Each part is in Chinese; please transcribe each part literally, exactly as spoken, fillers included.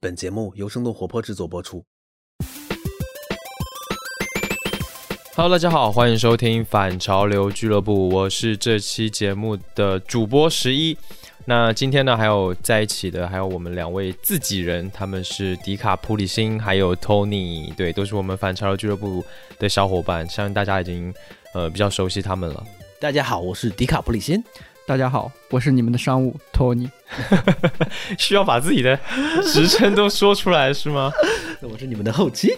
本节目由生动活泼制作播出。 Hello， 大家好，欢迎收听反潮流俱乐部，我是这期节目的主播十一。那今天呢，还有在一起的还有我们两位自己人，他们是迪卡普里辛还有 Tony， 对，都是我们反潮流俱乐部的小伙伴，相信大家已经呃比较熟悉他们了。 大家好，我是迪卡普里辛。 大家好，我是你们的商务 Tony。 需要把自己的职称都说出来是吗？ 我是你们的后期。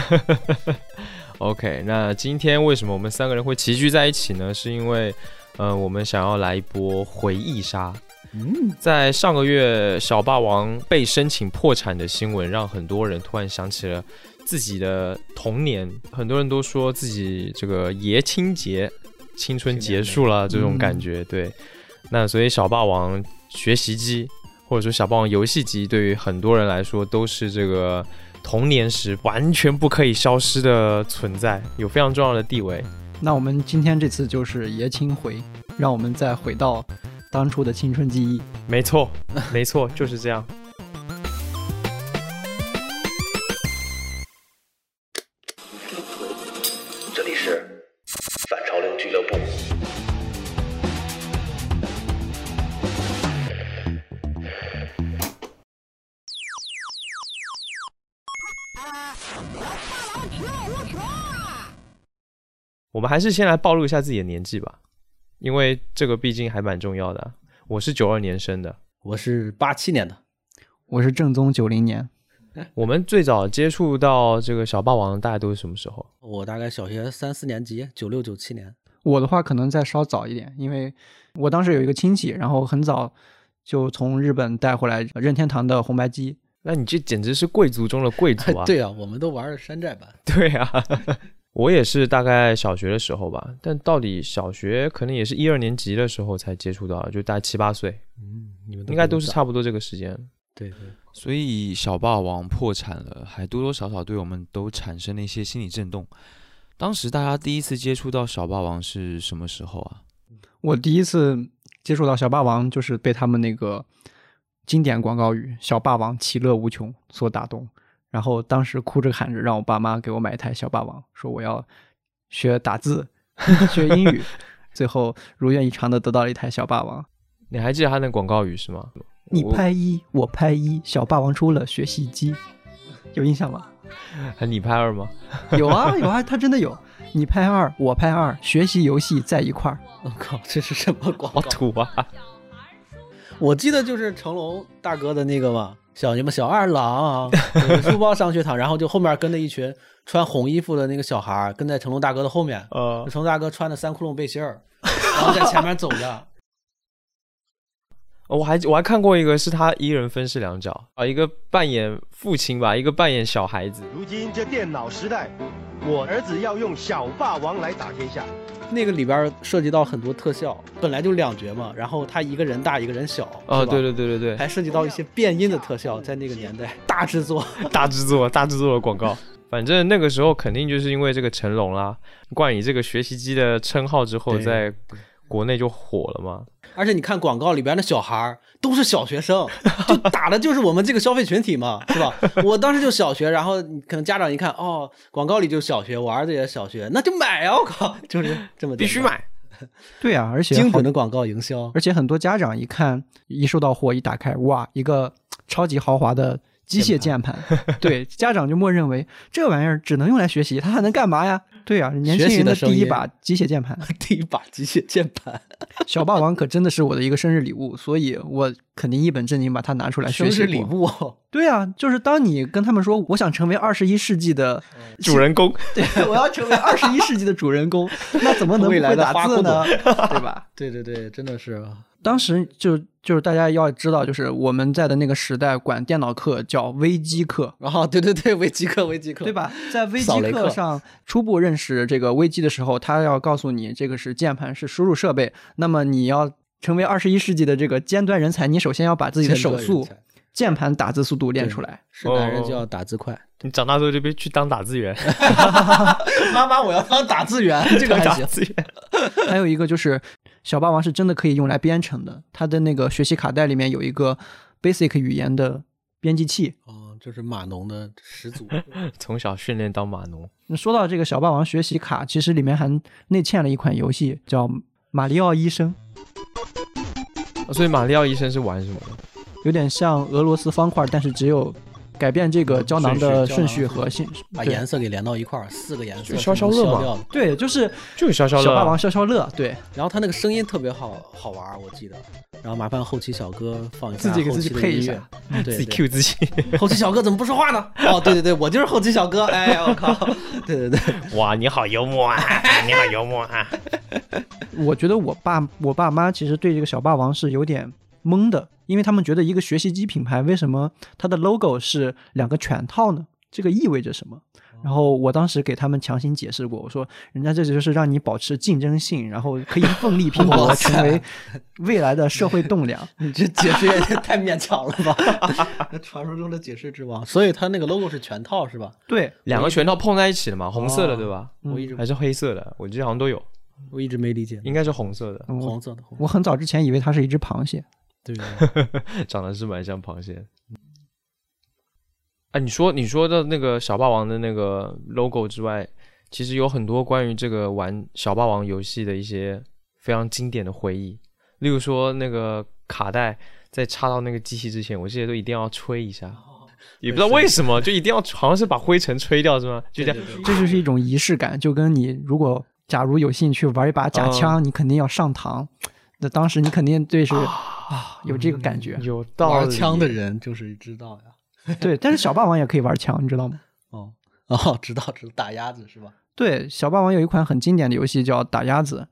OK， 那今天为什么我们三个人会齐聚在一起呢？是因为呃，我们想要来一波回忆杀。嗯，在上个月小霸王被申请破产的新闻，让很多人突然想起了自己的童年，很多人都说自己这个爷青结青春结束了这种感觉、嗯、对。那所以小霸王学习机或者说小霸王游戏机对于很多人来说都是这个童年时完全不可以消失的存在，有非常重要的地位。 那我们今天这次就是爷青回，让我们再回到当初的青春记忆。 没错没错，就是这样。 这里是反潮流俱乐部。 我们还是先来暴露一下自己的年纪吧，因为这个毕竟还蛮重要的、啊。我是九二年生的， 我是八七年的， 我是正宗九零年。 我们最早接触到这个小霸王大概都是什么时候？ 我大概小学三四年级，九六九七年。 我的话可能再稍早一点，因为我当时有一个亲戚，然后很早就从日本带回来任天堂的红白机。 那你这简直是贵族中的贵族啊！ 对啊，我们都玩山寨版。 对啊。我也是大概小学的时候吧，但到底小学可能也是一二年级的时候才接触到，就大概七八岁。嗯，你们应该都是差不多这个时间。 对对。 所以小霸王破产了，还多多少少对我们都产生了一些心理震动。当时大家第一次接触到小霸王是什么时候啊？ 我第一次接触到小霸王就是被他们那个经典广告语小霸王其乐无穷所打动，然后当时哭着喊着让我爸妈给我买一台小霸王，说我要学打字学英语，最后如愿以偿的得到了一台小霸王。 你还记得他那广告语是吗？ 你拍一我拍一，小霸王出了学习机，有印象吗？ 还你拍二吗？ 有啊有啊，他真的有。你拍二我拍二，学习游戏在一块儿。 我靠，这是什么广告？ 好土啊！ 我记得就是成龙大哥的那个嘛，小什么小二郎书包上学堂，然后就后面跟着一群穿红衣服的那个小孩跟在成龙大哥的后面，呃，成龙大哥穿的三窟窿背心儿，然后在前面走着。 我还我还看过一个是他一人分饰两角啊，一个扮演父亲吧，一个扮演小孩子。 如今这电脑时代，我儿子要用小霸王来打天下。 那个里边涉及到很多特效，本来就两角嘛，然后他一个人大一个人小， 哦，对对对对对， 还涉及到一些变音的特效，在那个年代大制作大制作大制作的广告。反正那个时候肯定就是因为这个成龙啦，冠以这个学习机的称号之后，在国内就火了嘛。 而且你看广告里边的小孩都是小学生，就打的就是我们这个消费群体嘛，是吧？我当时就小学，然后可能家长一看，哦，广告里就小学，我儿子也小学，那就买啊！我靠，就是这么必须买。 对啊，而且精准的广告营销， 而且很多家长一看一收到货一打开，哇，一个超级豪华的机械键盘，对，家长就默认为这玩意儿只能用来学习，它还能干嘛呀？对啊，年轻人的第一把机械键盘， 第一把机械键盘。 小霸王可真的是我的一个生日礼物，所以我肯定一本正经把它拿出来学习过。 生日礼物、哦？ 对啊，就是当你跟他们说我想成为二十一世纪的主人公， 对，我要成为二十一世纪的主人公，那怎么能不会打字呢？对吧？ 对对对，真的是。 当时就就是大家要知道，就是我们在的那个时代管电脑课叫微机课。 哦，对对对，微机课微机课， 对吧？在微机课上初步认识这个微机的时候，他要告诉你这个是键盘，是输入设备。那么你要成为二十一世纪的这个尖端人才，你首先要把自己的手速、键盘打字速度练出来。 是男人就要打字快。 你长大之后就别去当打字员。 妈妈，我要当打字员，这个还行。 还有一个就是小霸王是真的可以用来编程的，它的那个学习卡带里面有一个 basic 语言的编辑器。 哦， 就是码农的始祖， 从小训练当码农。 说到这个小霸王学习卡，其实里面还内嵌了一款游戏叫马里奥医生。 所以马里奥医生是玩什么的？ 有点像俄罗斯方块，但是只有改变这个胶囊的顺序和性， 把颜色给连到一块儿，四个颜色消消乐嘛。 对，就是就是消消乐， 小霸王消消乐。对， 然后他那个声音特别好好玩，我记得。然后麻烦后期小哥放一下自己给自己配一下， 对， 自己 Q 自己。 后期小哥怎么不说话呢？哦，对对对，我就是后期小哥。哎，我靠，对对对， 哇，你好幽默啊，你好幽默啊。 我觉得我爸我爸妈其实对这个小霸王是有点懵的，因为他们觉得一个学习机品牌为什么它的 logo 是两个拳套呢？这个意味着什么？然后我当时给他们强行解释过，我说人家这就是让你保持竞争性，然后可以奋力拼搏，成为未来的社会栋梁。 你这解释也太勉强了吧？传说中的解释之王。所以他那个 logo 是拳套是吧？ 对， 两个拳套碰在一起的嘛，红色的对吧？ 我一直还是黑色的，我记得好像都有。 我一直没理解， 应该是红色的， 嗯、 红色的。红色的我很早之前以为它是一只螃蟹， 对， 长得是蛮像螃蟹。啊，你说你说的那个小霸王的那个 logo 之外，其实有很多关于这个玩小霸王游戏的一些非常经典的回忆。例如说那个卡带在插到那个机器之前，我记得都一定要吹一下，也不知道为什么，就一定要好像是把灰尘吹掉是吗？就这样， 这就是一种仪式感，就跟你如果假如有兴趣玩一把假枪，嗯、你肯定要上膛。那当时你肯定对是啊，啊有这个感觉。 有道理， 玩枪的人就是知道呀。 对，但是小霸王也可以玩枪，你知道吗？ 哦哦，知道知道，打鸭子是吧？ 对，小霸王有一款很经典的游戏叫打鸭子，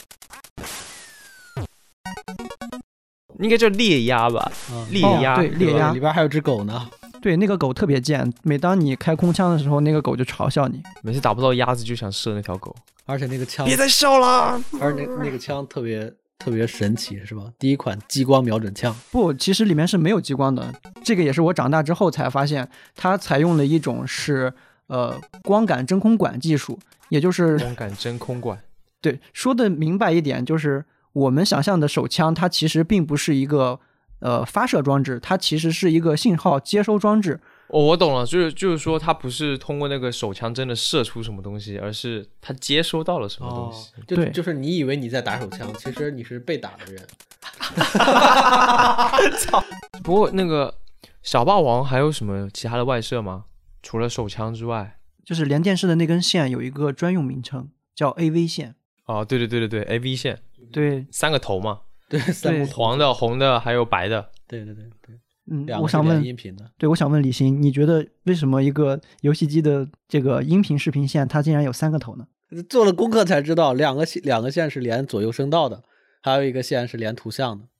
应该叫猎鸭吧？ 嗯、 猎鸭、 哦、对，猎鸭里边还有只狗呢。 对，那个狗特别贱，每当你开空枪的时候，那个狗就嘲笑你。 每次打不到鸭子就想射那条狗， 而且那个枪别再笑了。 而且那那个枪特别。特别神奇是吧？第一款激光瞄准枪。 不，其实里面是没有激光的，这个也是我长大之后才发现，它采用了一种是呃光感真空管技术，也就是光感真空管。 对，说的明白一点，就是我们想象的手枪，它其实并不是一个呃发射装置，它其实是一个信号接收装置。 哦，我懂了，就是就是说，它不是通过那个手枪真的射出什么东西，而是它接收到了什么东西。 哦、就对， 就是你以为你在打手枪，其实你是被打的人。 操！不过那个小霸王还有什么其他的外设吗？除了手枪之外， 就是连电视的那根线有一个专用名称，叫 A V 线。 哦，对对对对对 ，A V 线。 对， 三个头嘛。 对，三个黄的、红的，还有白的。 对对对对。 嗯，我想问，对，我想问李欣，你觉得为什么一个游戏机的这个音频视频线，它竟然有三个头呢？ 做了功课才知道，两个两个线是连左右声道的，还有一个线是连图像的。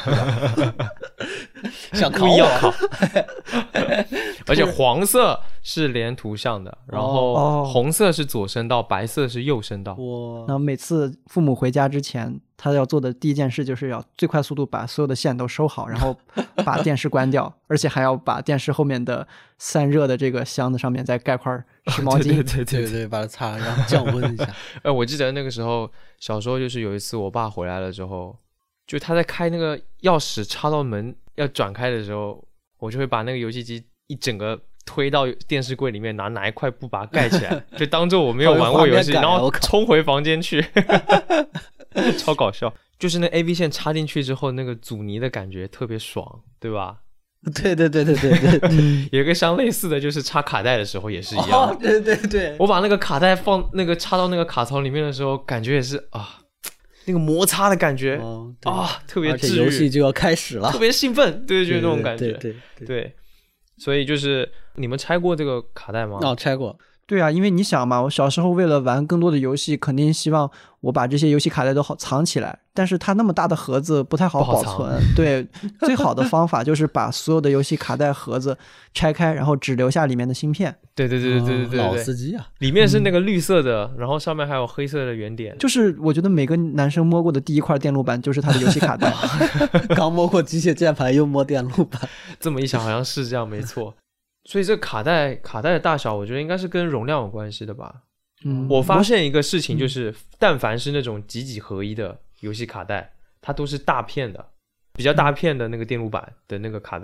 想考我要考，而且黄色是连图像的，然后红色是左声道，白色是右声道。 哇！然后每次父母回家之前，他要做的第一件事就是要最快速度把所有的线都收好，然后把电视关掉，而且还要把电视后面的散热的这个箱子上面再盖块湿毛巾， 对对对对对, 对把它擦，然后降温一下。 呃，我记得那个时候小时候就是有一次我爸回来了之后，就他在开那个钥匙插到门要转开的时候，我就会把那个游戏机一整个推到电视柜里面，拿拿一块布把它盖起来，就当做我没有玩过游戏，然后冲回房间去，超搞笑。就是那 A V 线插进去之后，那个阻尼的感觉特别爽，对吧？ 对对对对对对， 有一个相类似的，就是插卡带的时候也是一样。 哦，对对对， 我把那个卡带放那个插到那个卡槽里面的时候，感觉也是啊。那个摩擦的感觉、哦、啊，特别治愈， 游戏就要开始了， 特别兴奋，对，就是那种感觉， 对对 对, 对, 对, 对，所以就是你们拆过这个卡带吗？ 哦，拆过。 对啊，因为你想嘛，我小时候为了玩更多的游戏，肯定希望我把这些游戏卡带都好藏起来，但是它那么大的盒子不太好保存。对，最好的方法就是把所有的游戏卡带盒子拆开，然后只留下里面的芯片。 对对对对对对对， 老司机啊！ 里面是那个绿色的、嗯，然后上面还有黑色的圆点。 就是我觉得每个男生摸过的第一块电路板就是他的游戏卡带。 刚摸过机械键盘，又摸电路板。 这么一想，好像是这样，没错。所以这卡带卡带的大小，我觉得应该是跟容量有关系的吧。嗯，我发现一个事情，就是、嗯、但凡是那种几几合一的游戏卡带，它都是大片的，比较大片的那个电路板的那个卡带，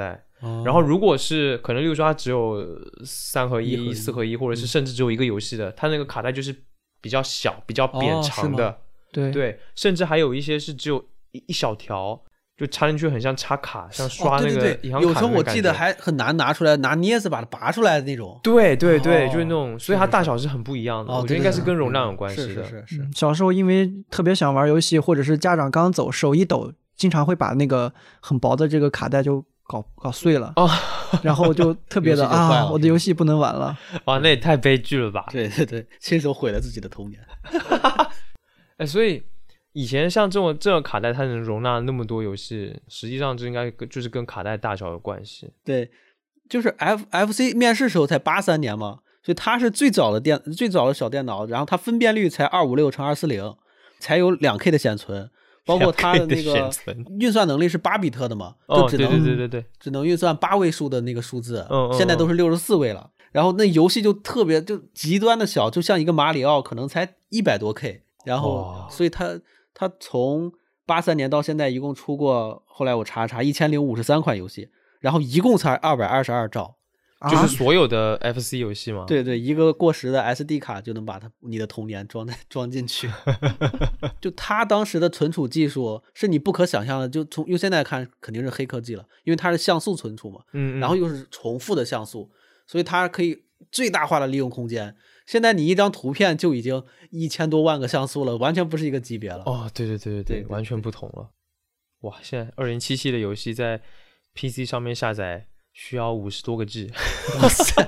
哦、然后如果是可能例如说它只有三合一、四合一，或者是甚至只有一个游戏的，它那个卡带就是比较小、比较扁长的。 哦、 对对，甚至还有一些是只有一一小条。就插进去很像插卡，像刷那个银行卡、哦、对对对， 有时候我记得还很难拿出来，拿镊子把它拔出来的那种。 对对对、哦、就是那种，所以它大小是很不一样的。 哦、 我觉得应该是跟容量有关系的。 是是是是、 嗯。小时候因为特别想玩游戏，或者是家长刚走，手一抖，经常会把那个很薄的这个卡带就搞搞碎了。哦。然后就特别的啊，我的游戏不能玩了。 哇，那也太悲剧了吧！ 对对对，亲手毁了自己的童年。 哎，所以。以前像这种这种卡带，它能容纳那么多游戏，实际上这应该就是跟卡带大小有关系。 对，就是 F F C 面世时候才八三年嘛，所以它是最早的电最早的小电脑，然后它分辨率才二五六乘二四零，才有两 K 的显存，包括它的那个运算能力是八比特的嘛，就只能、 哦、对对对对对， 只能运算八位数的那个数字， 嗯嗯、 现在都是六十四位了。然后那游戏就特别就极端的小，就像一个马里奥，可能才一百多 K， 然后、哦、所以它。它从八三年到现在一共出过，后来我查查一千零五十三款游戏，然后一共才二百二十二兆， 就是所有的 F C 游戏吗？ 对对，一个过时的 S D 卡就能把它你的童年装在装进去。就它当时的存储技术是你不可想象的，就从用现在看肯定是黑科技了，因为它是像素存储嘛， 嗯嗯， 然后又是重复的像素，所以它可以最大化的利用空间。现在你一张图片就已经一千多万个像素了，完全不是一个级别了。 哦，对对对对 对, 对, 对, 对，完全不同了。哇，现在二零七七的游戏在 P C 上面下载需要五十多个 G， 哇塞，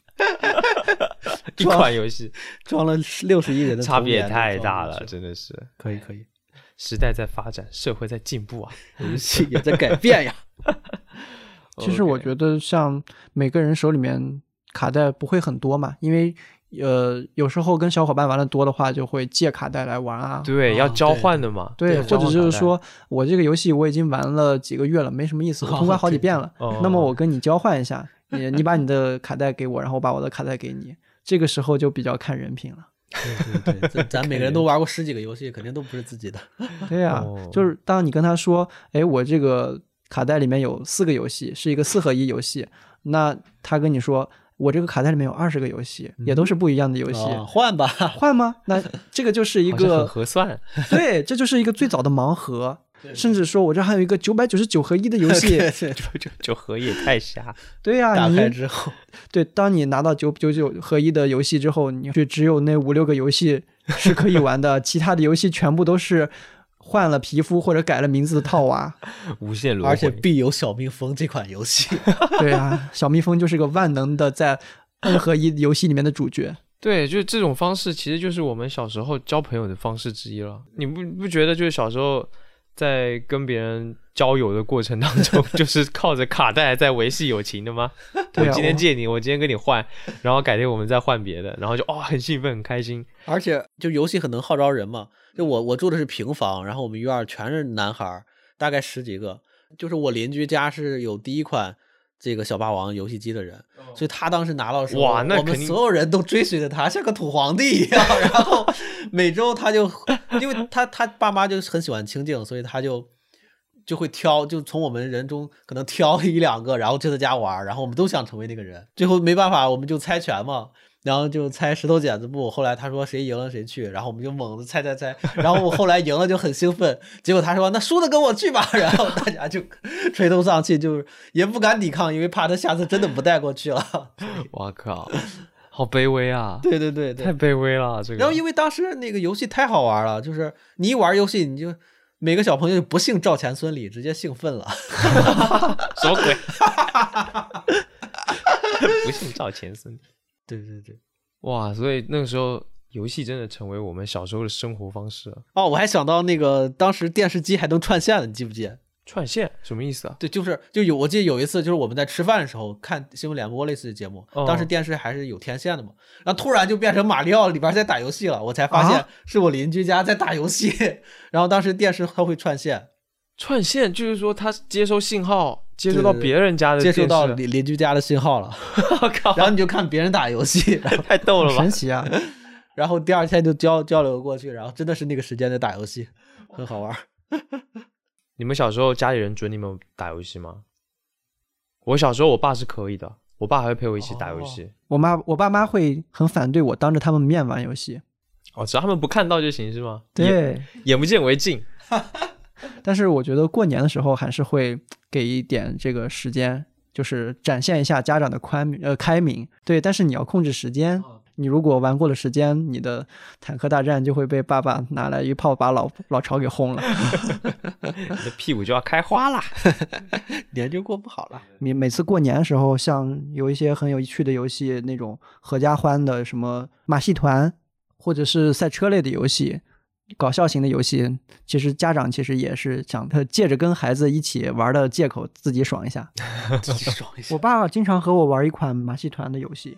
一款游戏装了六十亿人的， 差别也太大了，真的是。 可以可以， 时代在发展，社会在进步啊， 游戏也在改变呀。 其实我觉得像每个人手里面卡带不会很多嘛，因为呃，有时候跟小伙伴玩的多的话，就会借卡带来玩啊。 对，要交换的嘛。 对，或者就是说我这个游戏我已经玩了几个月了，没什么意思，我通关好几遍了。 哦、 那么我跟你交换一下，你你把你的卡带给我，然后我把我的卡带给你。这个时候就比较看人品了。 对对对，咱每个人都玩过十几个游戏，肯定都不是自己的。 对呀、啊哦，就是当你跟他说，哎，我这个卡带里面有四个游戏，是一个四合一游戏，那他跟你说。我这个卡带里面有二十个游戏，也都是不一样的游戏， 哦、换吧， 换吗？那这个就是一个很合算， 对，这就是一个最早的盲盒，甚至说我这还有一个九百九十九合一的游戏， 九九九合一也太瞎。 对呀、啊， 打开之后， 对，当你拿到九九九合一的游戏之后，你就只有那五六个游戏是可以玩的，其他的游戏全部都是。换了皮肤或者改了名字的套娃， 无限轮回， 而且必有小蜜蜂这款游戏。 对啊，小蜜蜂就是个万能的在二合一游戏里面的主角。 对，就是这种方式，其实就是我们小时候交朋友的方式之一了。你不不觉得，就是小时候在跟别人交友的过程当中，就是靠着卡带在维系友情的吗？ 对啊， 我今天借你，我今天跟你换，然后改天我们再换别的，然后就哦很兴奋很开心。 而且就游戏很能号召人嘛。就我我住的是平房，然后我们院全是男孩，大概十几个。就是我邻居家是有第一款这个小霸王游戏机的人，哦、所以他当时拿到的时候， 哇，那我们所有人都追随着他，像个土皇帝一样。然后每周他就，因为他他爸妈就很喜欢清静，所以他就就会挑，就从我们人中可能挑一两个，然后去他家玩，然后我们都想成为那个人。最后没办法，我们就猜拳嘛。然后就猜石头剪子布，后来他说谁赢了谁去，然后我们就猛地猜猜猜，然后我后来赢了就很兴奋，结果他说那输的跟我去吧，然后大家就垂头丧气，就是也不敢抵抗，因为怕他下次真的不带过去了。 我靠，好卑微啊！ 对对对对， 太卑微了这个。 然后因为当时那个游戏太好玩了，就是你一玩游戏你就每个小朋友就不姓赵钱孙李，直接兴奋了。 什么鬼？不姓赵钱孙李。 对对对， 哇！所以那个时候游戏真的成为我们小时候的生活方式了。 哦，我还想到那个当时电视机还能串线了，你记不记得？ 串线什么意思啊？ 对，就是就有我记得有一次就是我们在吃饭的时候看新闻联播类似的节目， 哦、 当时电视还是有天线的嘛，然后突然就变成马里奥里边在打游戏了，我才发现是我邻居家在打游戏，啊、然后当时电视它会串线。 串线就是说它接收信号接收到别人家的电视， 接收到邻邻居家的信号了。 我靠！ 然后你就看别人打游戏， 太逗了吧， 神奇啊！ 然后第二天就交交流过去，然后真的是那个时间在打游戏，很好玩。 你们小时候家里人准你们打游戏吗？ 我小时候我爸是可以的，我爸还会陪我一起打游戏。 哦、我妈我爸妈会很反对我当着他们面玩游戏。 哦，只要他们不看到就行是吗？ 对， 眼, 眼不见为净。 但是我觉得过年的时候还是会给一点这个时间，就是展现一下家长的宽呃开明。对，但是你要控制时间。你如果玩过了时间，你的坦克大战就会被爸爸拿来一炮把老老巢给轰了。 你的屁股就要开花了， 年就过不好了。 你每次过年的时候，像有一些很有趣的游戏，那种合家欢的什么马戏团，或者是赛车类的游戏，搞笑型的游戏，其实家长其实也是想借着跟孩子一起玩的借口自己爽一下。 自己爽一下。 我爸经常和我玩一款马戏团的游戏。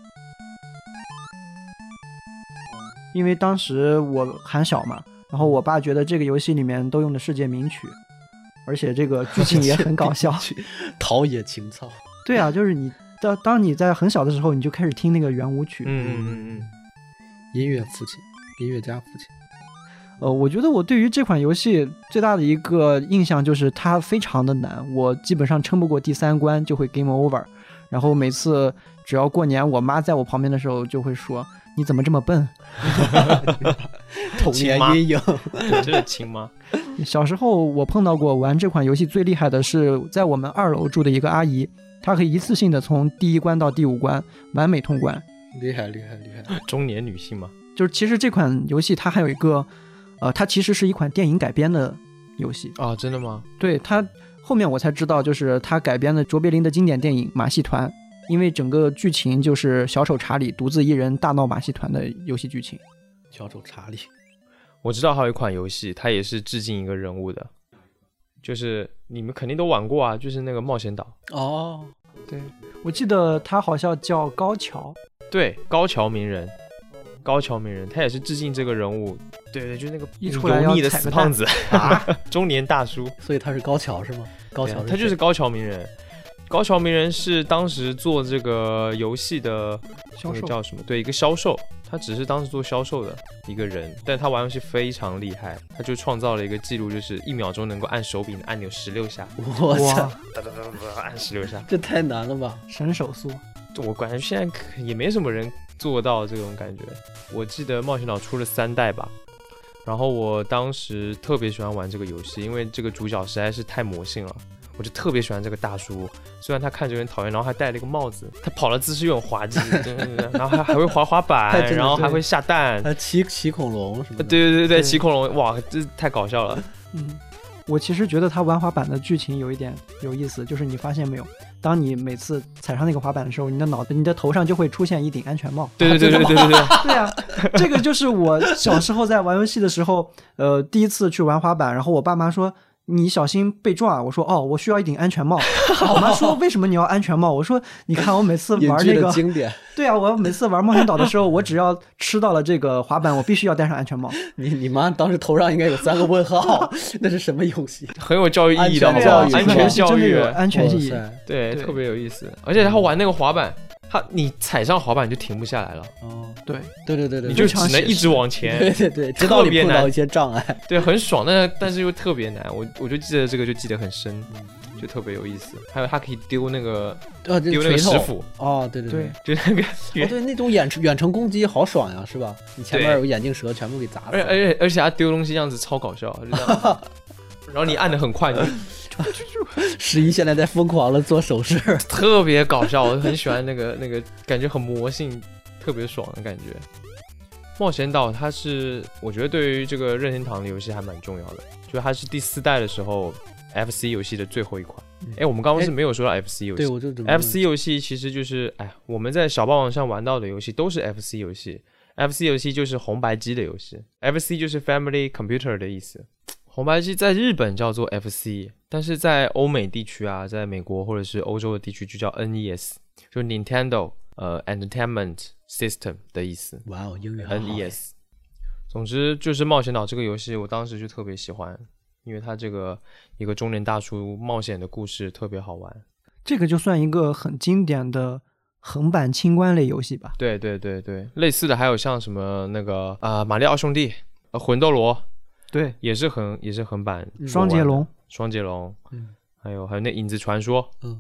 因为当时我还小嘛，然后我爸觉得这个游戏里面都用的世界名曲，而且这个剧情也很搞笑， 陶冶情操。 对啊，就是你当当你在很小的时候，你就开始听那个圆舞曲。 嗯嗯嗯， 音乐父亲，音乐家父亲。 呃，我觉得我对于这款游戏最大的一个印象就是它非常的难，我基本上撑不过第三关就会 game over。然后每次只要过年，我妈在我旁边的时候就会说。你怎么这么笨？ 童年阴影， 这是亲妈。 小时候我碰到过玩这款游戏最厉害的是在我们二楼住的一个阿姨，她可以一次性的从第一关到第五关完美通关。 厉害厉害厉害！ 中年女性嘛， 就是其实这款游戏它还有一个，呃，它其实是一款电影改编的游戏啊，真的吗？ 对，它后面我才知道，就是它改编的卓别林的经典电影《马戏团》。因为整个剧情就是小丑查理独自一人大闹马戏团的游戏剧情。 小丑查理， 我知道还有一款游戏，它也是致敬一个人物的，就是你们肯定都玩过啊，就是那个冒险岛。 哦， 对，我记得它好像叫高桥。 对，高桥名人，高桥名人，他也是致敬这个人物。对对，就那个一出来油腻的死胖子啊， 中年大叔。 所以他是高桥是吗？高桥是， 他就是高桥名人。高桥名人是当时做这个游戏的销售， 叫什么？对，一个销售，他只是当时做销售的一个人，但他玩游戏非常厉害，他就创造了一个记录，就是一秒钟能够按手柄的按钮十六下。 我操， 按十六下， 这太难了吧？ 神手速， 我感觉现在也没什么人做到这种感觉。我记得冒险岛出了三代吧，然后我当时特别喜欢玩这个游戏，因为这个主角实在是太魔性了。我就特别喜欢这个大叔，虽然他看着有点讨厌，然后还戴了一个帽子，他跑的姿势又很滑稽，对对对，然后还还会滑滑板，然后还会下蛋， 他骑骑恐龙什么的， 对对对对，骑恐龙，哇，这太搞笑了。 嗯，我其实觉得他玩滑板的剧情有一点有意思，就是你发现没有，当你每次踩上那个滑板的时候，你的脑袋、你的头上就会出现一顶安全帽。 对对对对对对对， 对啊，这个就是我小时候在玩游戏的时候，呃，第一次去玩滑板，然后我爸妈说。你小心被撞，我说哦，我需要一顶安全帽。我妈说为什么你要安全帽？我说你看我每次玩那个经典， 对啊，我每次玩冒险岛的时候，我只要吃到了这个滑板，我必须要戴上安全帽。 你你妈当时头上应该有三个问号，那是什么游戏？ 很有教育意义的， 教育， 安全教育， 安全意义， 对，特别有意思。而且他玩那个滑板。他你踩上滑板就停不下来了， 哦， 对对对对对， 你就只能一直往前， 对对对，直到你碰到一些障碍， 对，很爽，但但是又特别难，我我就记得这个就记得很深，就特别有意思。还有他可以丢那个， 呃， 丢那个石斧， 哦，对对对， 就那个， 哦，对，那种远远程攻击好爽呀，是吧？你前面有眼镜蛇，全部给砸死， 而且而且而且他丢东西样子超搞笑，就这样然后你按的很快，你十一现在在疯狂了做手势， 特别搞笑，我很喜欢那个那个感觉很魔性，特别爽的感觉。冒险岛它是我觉得对于这个任天堂的游戏还蛮重要的，就它是第四代的时候 F C 游戏的最后一款。哎、嗯，我们刚刚是没有说到 F C 游戏， 对，我就 F C 游戏其实就是哎，我们在小霸王上玩到的游戏都是 F C 游戏。F C 游戏就是红白机的游戏 ，F C 就是 Family Computer 的意思。红白机在日本叫做 F C， 但是在欧美地区啊，在美国或者是欧洲的地区就叫 N E S， 就 Nintendo 呃 Entertainment System 的意思。 哇哦，英语 N E S。总之就是冒险岛这个游戏，我当时就特别喜欢，因为它这个一个中年大叔冒险的故事特别好玩。 这个就算一个很经典的横版清关类游戏吧。 对对对对，类似的还有像什么那个啊、呃、马里奥兄弟、呃魂斗罗。 对， 也是横也是横版， 双截龙， 双截龙， 嗯， 还有还有那影子传说， 嗯，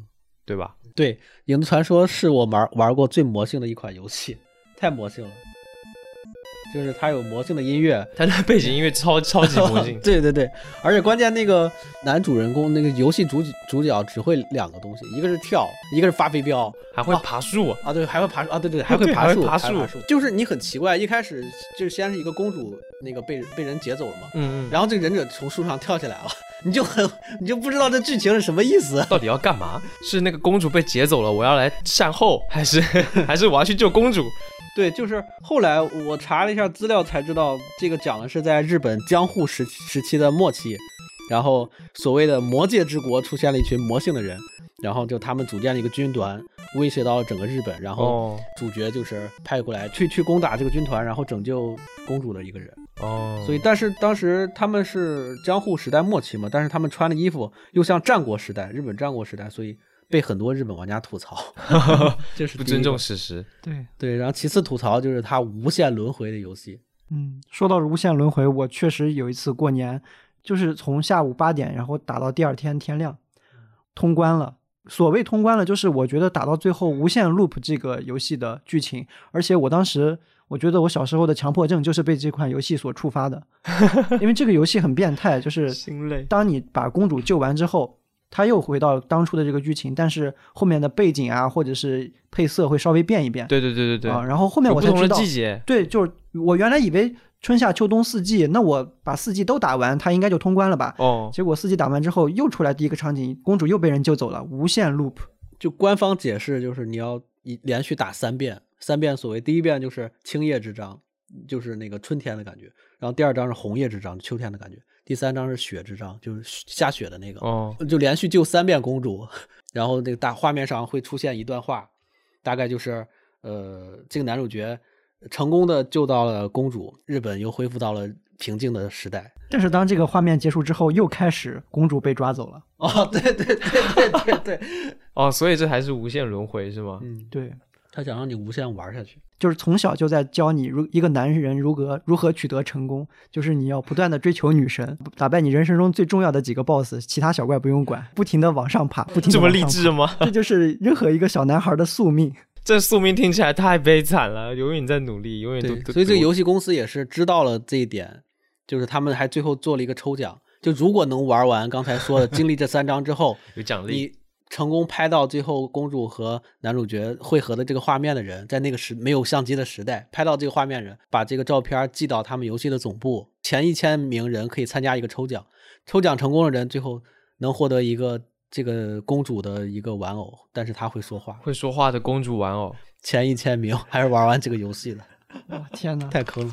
对吧？ 对，影子传说是我玩玩过最魔性的一款游戏，太魔性了。就是它有魔性的音乐， 它的背景音乐超超级魔性。 对对对，而且关键那个男主人公那个游戏主主角只会两个东西，一个是跳，一个是发飞镖， 还会爬树啊, 啊对，还会爬树啊，对对，还会爬树， 爬树。 就是你很奇怪，一开始就先是一个公主那个被被人劫走了嘛， 嗯嗯， 然后这个忍者从树上跳下来了，你就很你就不知道这剧情是什么意思， 到底要干嘛？是那个公主被劫走了，我要来善后，还是还是我要去救公主？ 对，就是后来我查了一下资料才知道，这个讲的是在日本江户时时期的末期，然后所谓的魔界之国出现了一群魔性的人，然后就他们组建了一个军团，威胁到整个日本，然后主角就是派过来去去攻打这个军团，然后拯救公主的一个人。 哦， 所以但是当时他们是江户时代末期嘛，但是他们穿的衣服又像战国时代，日本战国时代，所以被很多日本玩家吐槽，这是不尊重史实。 对对，然后其次吐槽就是它无限轮回的游戏。 嗯，说到无限轮回，我确实有一次过年，就是从下午八点，然后打到第二天天亮，通关了。所谓通关了，就是我觉得打到最后无限 loop 这个游戏的剧情，而且我当时我觉得我小时候的强迫症就是被这款游戏所触发的，因为这个游戏很变态，就是当你把公主救完之后，他又回到当初的这个剧情，但是后面的背景啊或者是配色会稍微变一变。 对对对对对、 啊、然后后面我才知道有不同的季节。 对，就是我原来以为春夏秋冬四季，那我把四季都打完它应该就通关了吧。 哦， 结果四季打完之后又出来第一个场景，公主又被人救走了，无限 loop。 就官方解释就是你要连续打三遍，三遍所谓第一遍就是青叶之章，就是那个春天的感觉，然后第二章是红叶之章，秋天的感觉，第三章是雪之章，就是下雪的那个。 哦， 就连续救三遍公主，然后这个大画面上会出现一段话，大概就是呃，这个男主角成功的救到了公主，日本又恢复到了平静的时代。 但是当这个画面结束之后，又开始公主被抓走了。 哦，对对对对对对， 哦，所以这还是无限轮回是吗？ 嗯，对， 他想让你无限玩下去， 就是从小就在教你如一个男人如何如何取得成功，就是你要不断的追求女神，打败你人生中最重要的几个 boss， 其他小怪不用管，不停的往上爬，不停地往上爬。 这么励志吗？ 这就是任何一个小男孩的宿命。 这宿命听起来太悲惨了，永远在努力，永远都。 对，所以这个游戏公司也是知道了这一点，就是他们还最后做了一个抽奖，就如果能玩完刚才说的经历这三章之后有奖励， 你成功拍到最后公主和男主角汇合的这个画面的人，在那个时没有相机的时代拍到这个画面人，把这个照片寄到他们游戏的总部，前一千名人可以参加一个抽奖，抽奖成功的人最后能获得一个这个公主的一个玩偶，但是她会说话， 会说话的公主玩偶， 前一千名还是玩完这个游戏的。 哇，天哪， 太坑了。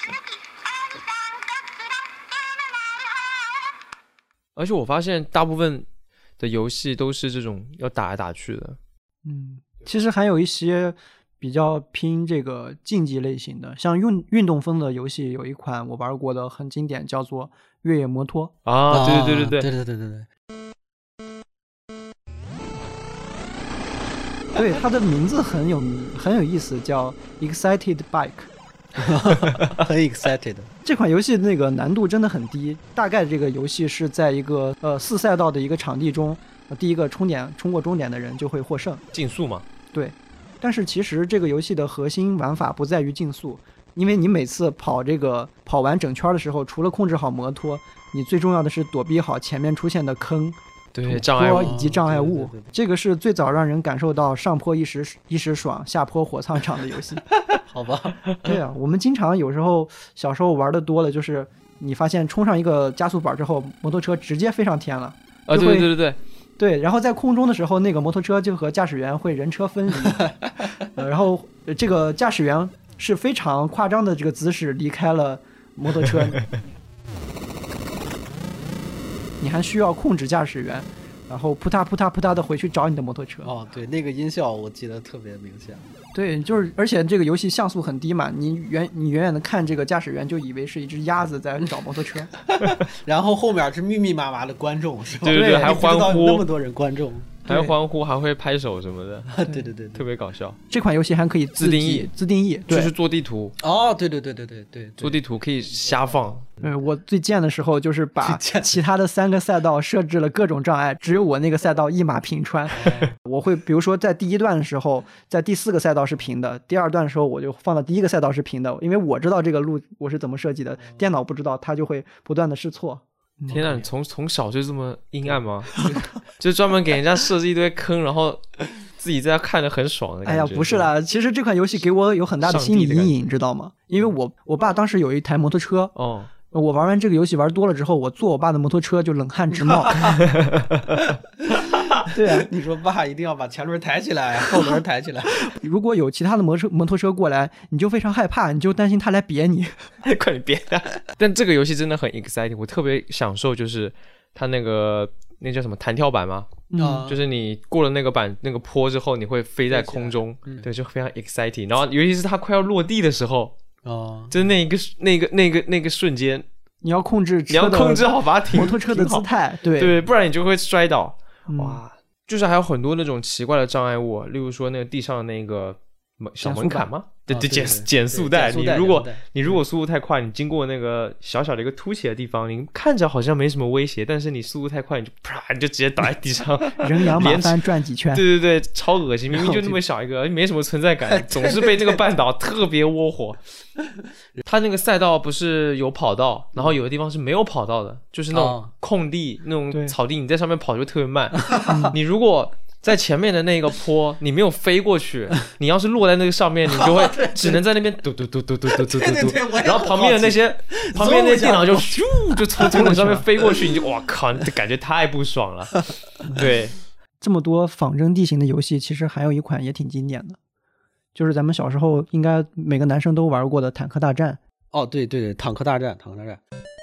而且我发现大部分的游戏都是这种要打来打去的。 嗯，其实还有一些比较拼这个竞技类型的，像运运动风的游戏，有一款我玩过的很经典，叫做越野摩托啊，对对对对对对对对对。 对，它的名字很有很有意思，叫 Excited Bike 很 excited。 这款游戏那个难度真的很低，大概这个游戏是在一个呃四赛道的一个场地中，第一个冲点冲过终点的人就会获胜， 竞速嘛。 对，但是其实这个游戏的核心玩法不在于竞速，因为你每次跑这个跑完整圈的时候，除了控制好摩托，你最重要的是躲避好前面出现的坑、 对障碍物以及障碍物。 对对对对， 这个是最早让人感受到上坡一时一时爽，下坡火葬场的游戏。 好吧。 对啊，我们经常有时候小时候玩的多了，就是你发现冲上一个加速板之后，摩托车直接飞上天了。 啊，对对对对对。 对，然后在空中的时候，那个摩托车就和驾驶员会人车分离，呃、然后这个驾驶员是非常夸张的这个姿势离开了摩托车，你还需要控制驾驶员，然后扑嗒扑嗒扑嗒的回去找你的摩托车。 哦，对，那个音效我记得特别明显。 对，就是而且这个游戏像素很低嘛，你远你远远的看这个驾驶员就以为是一只鸭子在找摩托车， 然后后面是密密麻麻的观众，是吧？ 对对对，还欢呼， 那么多人观众。 还会欢呼，还会拍手什么的。 对对对， 特别搞笑。 这款游戏还可以自定义， 自定义就是做地图。 哦，对对对对对对， 做地图可以瞎放。 对，我最贱的时候就是把其他的三个赛道设置了各种障碍，只有我那个赛道一马平川。我会比如说在第一段的时候，在第四个赛道是平的，第二段的时候我就放到第一个赛道是平的，因为我知道这个路我是怎么设计的，电脑不知道，它就会不断的试错。 天哪，你从从小就这么阴暗吗？就专门给人家设置一堆坑，然后自己在家看着很爽的感觉。 哎呀，不是啦，其实这款游戏给我有很大的心理阴影，你知道吗？因为我我爸当时有一台摩托车， 哦， 我玩完这个游戏玩多了之后，我坐我爸的摩托车就冷汗直冒。对啊， 你说爸一定要把前轮抬起来，后轮抬起来。 如果有其他的摩托摩托车过来，你就非常害怕，你就担心他来别你。 快点别他！但这个游戏真的很 exciting， 我特别享受，就是它那个那叫什么弹跳板吗？ 嗯， 就是你过了那个板那个坡之后，你会飞在空中，嗯、对，就非常 exciting。然后尤其是它快要落地的时候， 哦， 就是那一个那个那个那个瞬间， 你要控制你要控制好把它停摩托车的姿态，对对，不然你就会摔倒。 嗯、 哇！就是还有很多那种奇怪的障碍物，例如说那个地上的那个小门槛吗？对对，减减速带。你如果你如果速度太快，你经过那个小小的一个凸起的地方，你看着好像没什么威胁，但是你速度太快，你就啪，你就直接倒在地上， 人仰马翻转几圈。 对对对，超恶心！明明就那么小一个，没什么存在感，总是被那个绊倒，特别窝火。他那个赛道不是有跑道，然后有的地方是没有跑道的，就是那种空地、那种草地，你在上面跑就特别慢。你如果在前面的那个坡，你没有飞过去，你要是落在那个上面，你就会只能在那边嘟嘟嘟嘟嘟嘟嘟嘟嘟，然后旁边的那些旁边那些电脑就咻就从从你上面飞过去，你就哇靠，你感觉太不爽了。对， 这么多仿真地形的游戏，其实还有一款也挺经典的，就是咱们小时候应该每个男生都玩过的《坦克大战》。 哦，对对对，坦克大战，坦克大战。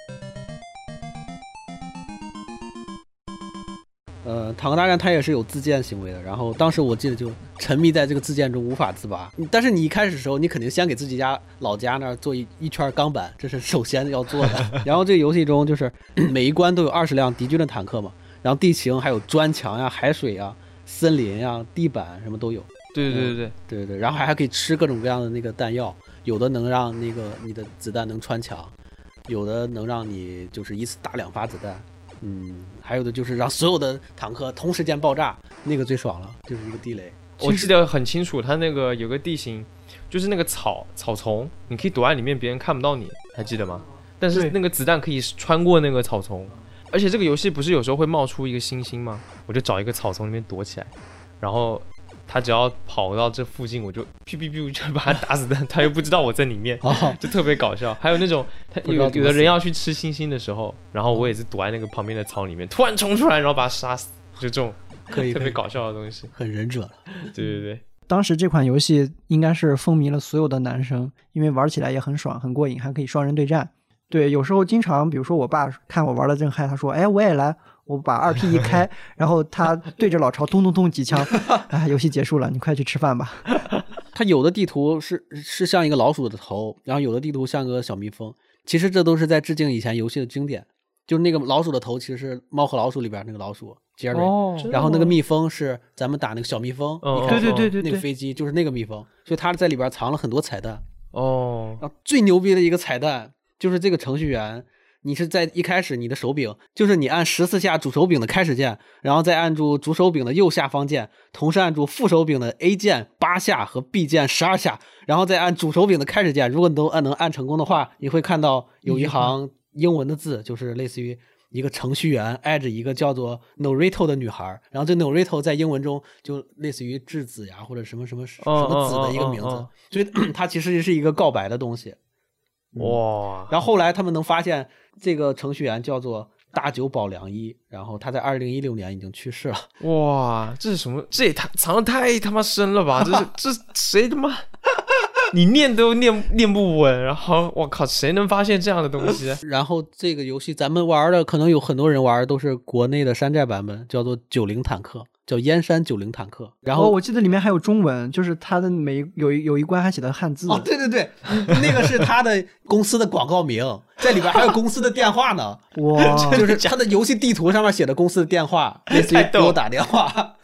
呃，坦克大战它也是有自建行为的，然后当时我记得就沉迷在这个自建中无法自拔。但是你一开始的时候，你肯定先给自己家老家那儿做一一圈钢板，这是首先要做的。然后这个游戏中就是每一关都有二十辆敌军的坦克嘛，然后地形还有砖墙呀、海水呀、森林呀、地板什么都有。 对对对对、 嗯、对对对，然后还还可以吃各种各样的那个弹药，有的能让那个你的子弹能穿墙，有的能让你就是一次打两发子弹。嗯，还有的就是让所有的坦克同时间爆炸，那个最爽了，就是一个地雷。 我记得很清楚，它那个有个地形，就是那个草草丛，你可以躲在里面，别人看不到你，还记得吗？但是那个子弹可以穿过那个草丛，而且这个游戏不是有时候会冒出一个星星吗？我就找一个草丛里面躲起来，然后他只要跑到这附近，我就哔哔哔就把他打死，但他又不知道我在里面，就特别搞笑。还有那种他有有的人要去吃星星的时候，然后我也是躲在那个旁边的草里面，突然冲出来，然后把他杀死，就这种可以特别搞笑的东西， 很忍者了。 对对对， 当时这款游戏应该是风靡了所有的男生，因为玩起来也很爽，很过瘾，还可以双人对战。对，有时候经常，比如说我爸看我玩的正嗨，他说：“哎，我也来。”我把二 P 一开，然后他对着老巢咚咚咚几枪，啊，游戏结束了，你快去吃饭吧。 它有的地图是是像一个老鼠的头，然后有的地图像个小蜜蜂，其实这都是在致敬以前游戏的经典。就是那个老鼠的头其实是《猫和老鼠》里边那个老鼠杰瑞、哦，然后那个蜜蜂是咱们打那个小蜜蜂， 哦、 对对对对， 那个飞机就是那个蜜蜂，所以它在里边藏了很多彩蛋。 哦， 然后最牛逼的一个彩蛋就是这个程序员。你是在一开始你的手柄就是你按十四下主手柄的开始键，然后再按住主手柄的右下方键，同时按住副手柄的 A 键八下和 B 键十二下，然后再按主手柄的开始键。如果你都按能按成功的话，你会看到有一行英文的字，就是类似于一个程序员挨着一个叫做 Norito 的女孩，然后这 Norito 在英文中就类似于质子呀或者什么什么什么子的一个名字，哦哦哦哦哦，所以它其实是一个告白的东西。 哇！ 然后后来他们能发现这个程序员叫做大久保良一，然后他在二零一六年已经去世了。 哇，这是什么？这也太藏得太他妈深了吧！这是这谁他妈？你念都念念不稳，然后我靠，谁能发现这样的东西？ 然后这个游戏咱们玩的可能有很多人玩的都是国内的山寨版本，叫做九零坦克，叫燕山九零坦克。然后、 哦、我记得里面还有中文，就是它的每有有一关还写的汉字。 哦，对对对，那个是他的公司的广告名，在里边还有公司的电话呢。 哇， 就是他的游戏地图上面写的公司的电话，类似于给我打电话。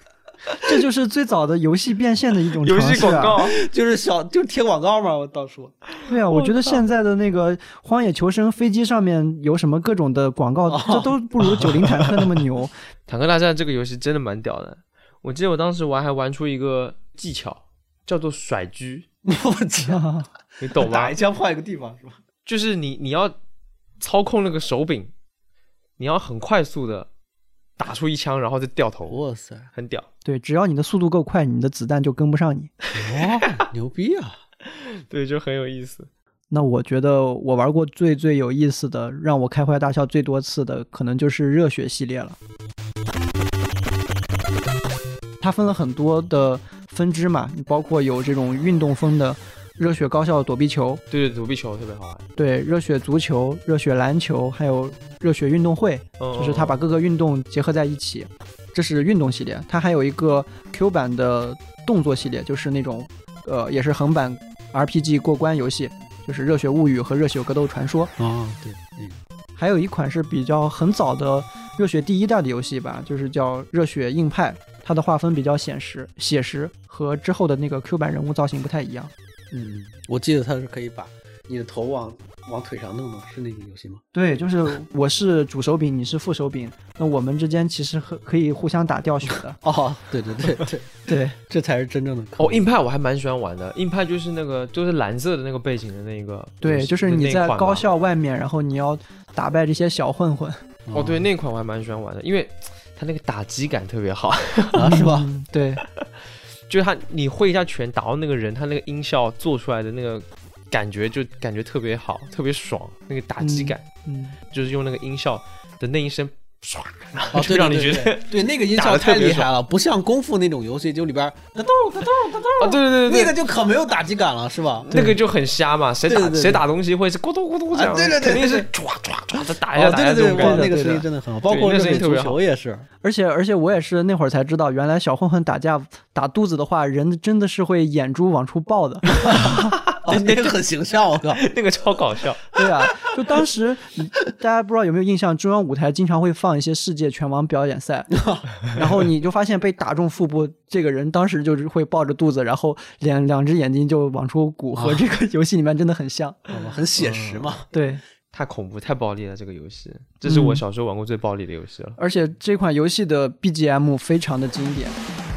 这就是最早的游戏变现的一种游戏广告， 就是小就贴广告嘛。我倒说， 对啊，我觉得现在的那个《荒野求生》飞机上面有什么各种的广告，哦、这都不如九零坦克那么牛。 坦克大战这个游戏真的蛮屌的，我记得我当时玩还玩出一个技巧，叫做甩狙。 我操， 你懂吗？ 打一枪换一个地方是吧？ 就是你你要操控那个手柄，你要很快速的。打出一枪，然后再掉头， 哇塞， 很屌。 对，只要你的速度够快，你的子弹就跟不上你。 哦，牛逼啊！ 对，就很有意思。 那我觉得我玩过最最有意思的，让我开怀大笑最多次的，可能就是热血系列了。它分了很多的分支嘛，包括有这种运动风的。热血高校躲避球， 对对，躲避球特别好玩。 对，热血足球、热血篮球，还有热血运动会， 哦、 就是它把各个运动结合在一起。这是运动系列，它还有一个 Q 版的动作系列，就是那种呃，也是横版 R P G 过关游戏，就是热血物语和热血格斗传说。 哦，对，那个。 还有一款是比较很早的热血第一代的游戏吧，就是叫热血硬派，它的画风比较写实，写实和之后的那个 Q 版人物造型不太一样。 嗯，我记得它是可以把你的头往往腿上弄的，是那个游戏吗？ 对，就是我是主手柄，你是副手柄，那我们之间其实可以互相打掉血的。 哦，对对对对对， 这才是真正的。 哦，硬派我还蛮喜欢玩的，硬派就是那个就是蓝色的那个背景的那个。 对，就是你在高校外面，然后你要打败这些小混混。 哦，对，那款我还蛮喜欢玩的，因为它那个打击感特别好， 啊，是吧？ 嗯、对。 就是他，你挥一下拳打到那个人，他那个音效做出来的那个感觉，就感觉特别好，特别爽。那个打击感， 嗯，嗯就是用那个音效的那一声唰，然后就让你觉得、哦、 对, 对, 对, 对那个音效太厉害了，不像功夫那种游戏，就里边哒咚哒咚哒咚啊，对对对对， 那个就可没有打击感了，是吧？ 那个就很瞎嘛，谁打对对对对谁打东西会是咕咚咕咚这样， 啊、对对对， 肯定是唰唰唰的打一下打一下这种感觉。 那个声音真的很好，包括热血足球也是。 而且而且我也是那会儿才知道，原来小混混打架打肚子的话，人真的是会眼珠往出爆的。 哦，那个很形象，我靠， 那个超搞笑。 对啊，就当时大家不知道有没有印象，中央舞台经常会放一些世界拳王表演赛，然后你就发现被打中腹部这个人，当时就是会抱着肚子，然后两两只眼睛就往出鼓，和这个游戏里面真的很像， 哦、很写实嘛。 嗯、对。 太恐怖太暴力了，这个游戏这是我小时候玩过最暴力的游戏了、嗯、 而且这款游戏的 B G M 非常的经典，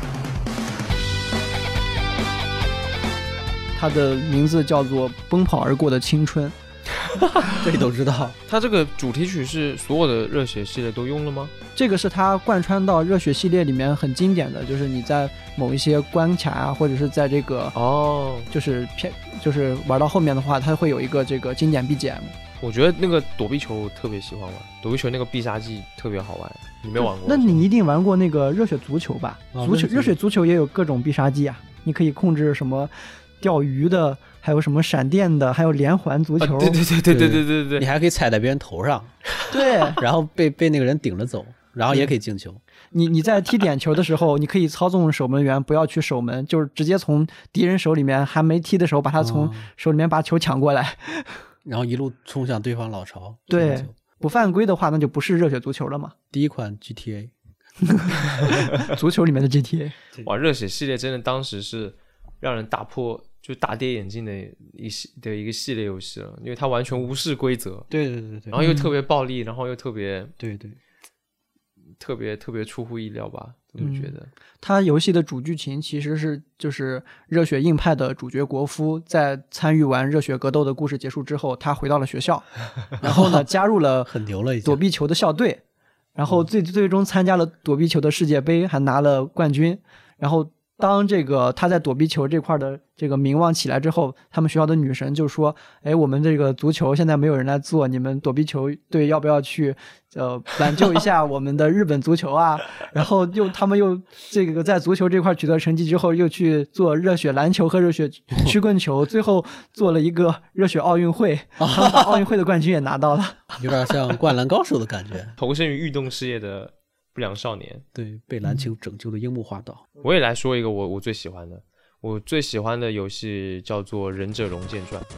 它的名字叫做奔跑而过的青春。 这你都知道。 它这个主题曲是所有的热血系列都用了吗？ 这个是它贯穿到热血系列里面很经典的，就是你在某一些关卡啊，或者是在这个哦， 就是片就是玩到后面的话，它会有一个这个经典 B G M。 我觉得那个躲避球特别喜欢玩，躲避球那个必杀技特别好玩，你没玩过？ 那你一定玩过那个热血足球吧？ 哦、 足球热血足球也有各种必杀技啊，你可以控制什么钓鱼的，还有什么闪电的，还有连环足球。 啊、对对对对对对对对， 你还可以踩在别人头上， 对， 然后被被那个人顶着走，然后也可以进球。 你你在踢点球的时候，你可以操纵守门员不要去守门，就是直接从敌人手里面还没踢的时候，把他从手里面把球抢过来。哦然后一路冲向对方老巢。 对，不犯规的话，那就不是热血足球了嘛。 第一款 G T A， 足球里面的 G T A。 哇，热血系列真的当时是让人打破就大跌眼镜的一系的一个系列游戏了，因为它完全无视规则。 对对对对。 然后又特别暴力，嗯、然后又特别对对， 特别特别出乎意料吧？这么觉得。嗯、 它游戏的主剧情其实是就是热血硬派的主角国夫在参与完热血格斗的故事结束之后，他回到了学校，然后呢加入了很牛了躲避球的校队，然后最最终参加了躲避球的世界杯，还拿了冠军。然后当这个他在躲避球这块的这个名望起来之后，他们学校的女神就说：“哎，我们这个足球现在没有人来做，你们躲避球队要不要去呃挽救一下我们的日本足球啊？”然后又他们又这个在足球这块取得成绩之后，又去做热血篮球和热血曲棍球，最后做了一个热血奥运会，他们把奥运会的冠军也拿到了， 有点像灌篮高手的感觉， 投身于运动事业的不良少年。 对，被篮球拯救的樱木花道。 嗯、我也来说一个我我最喜欢的，我最喜欢的游戏叫做《忍者龙剑传》。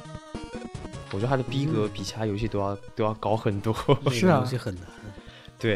我觉得它的逼格比其他游戏都要、嗯、都要高很多。 是啊， 游戏很难。 对，